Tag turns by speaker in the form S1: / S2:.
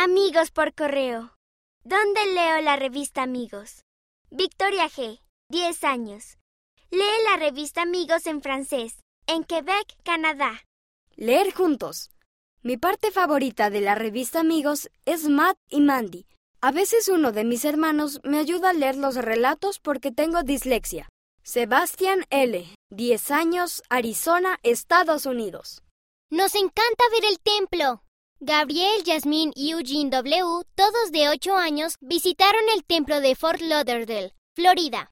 S1: Amigos por correo. ¿Dónde leo la revista Amigos? Victoria G., 10 años. Lee la revista Amigos en francés, en Quebec, Canadá.
S2: Leer juntos. Mi parte favorita de la revista Amigos es Matt y Mandy. A veces uno de mis hermanos me ayuda a leer los relatos porque tengo dislexia. Sebastián L., 10 años, Arizona, Estados Unidos.
S3: Nos encanta ver el templo. Gabriel, Yasmín y Eugene W., todos de 8 años, visitaron el templo de Fort Lauderdale, Florida.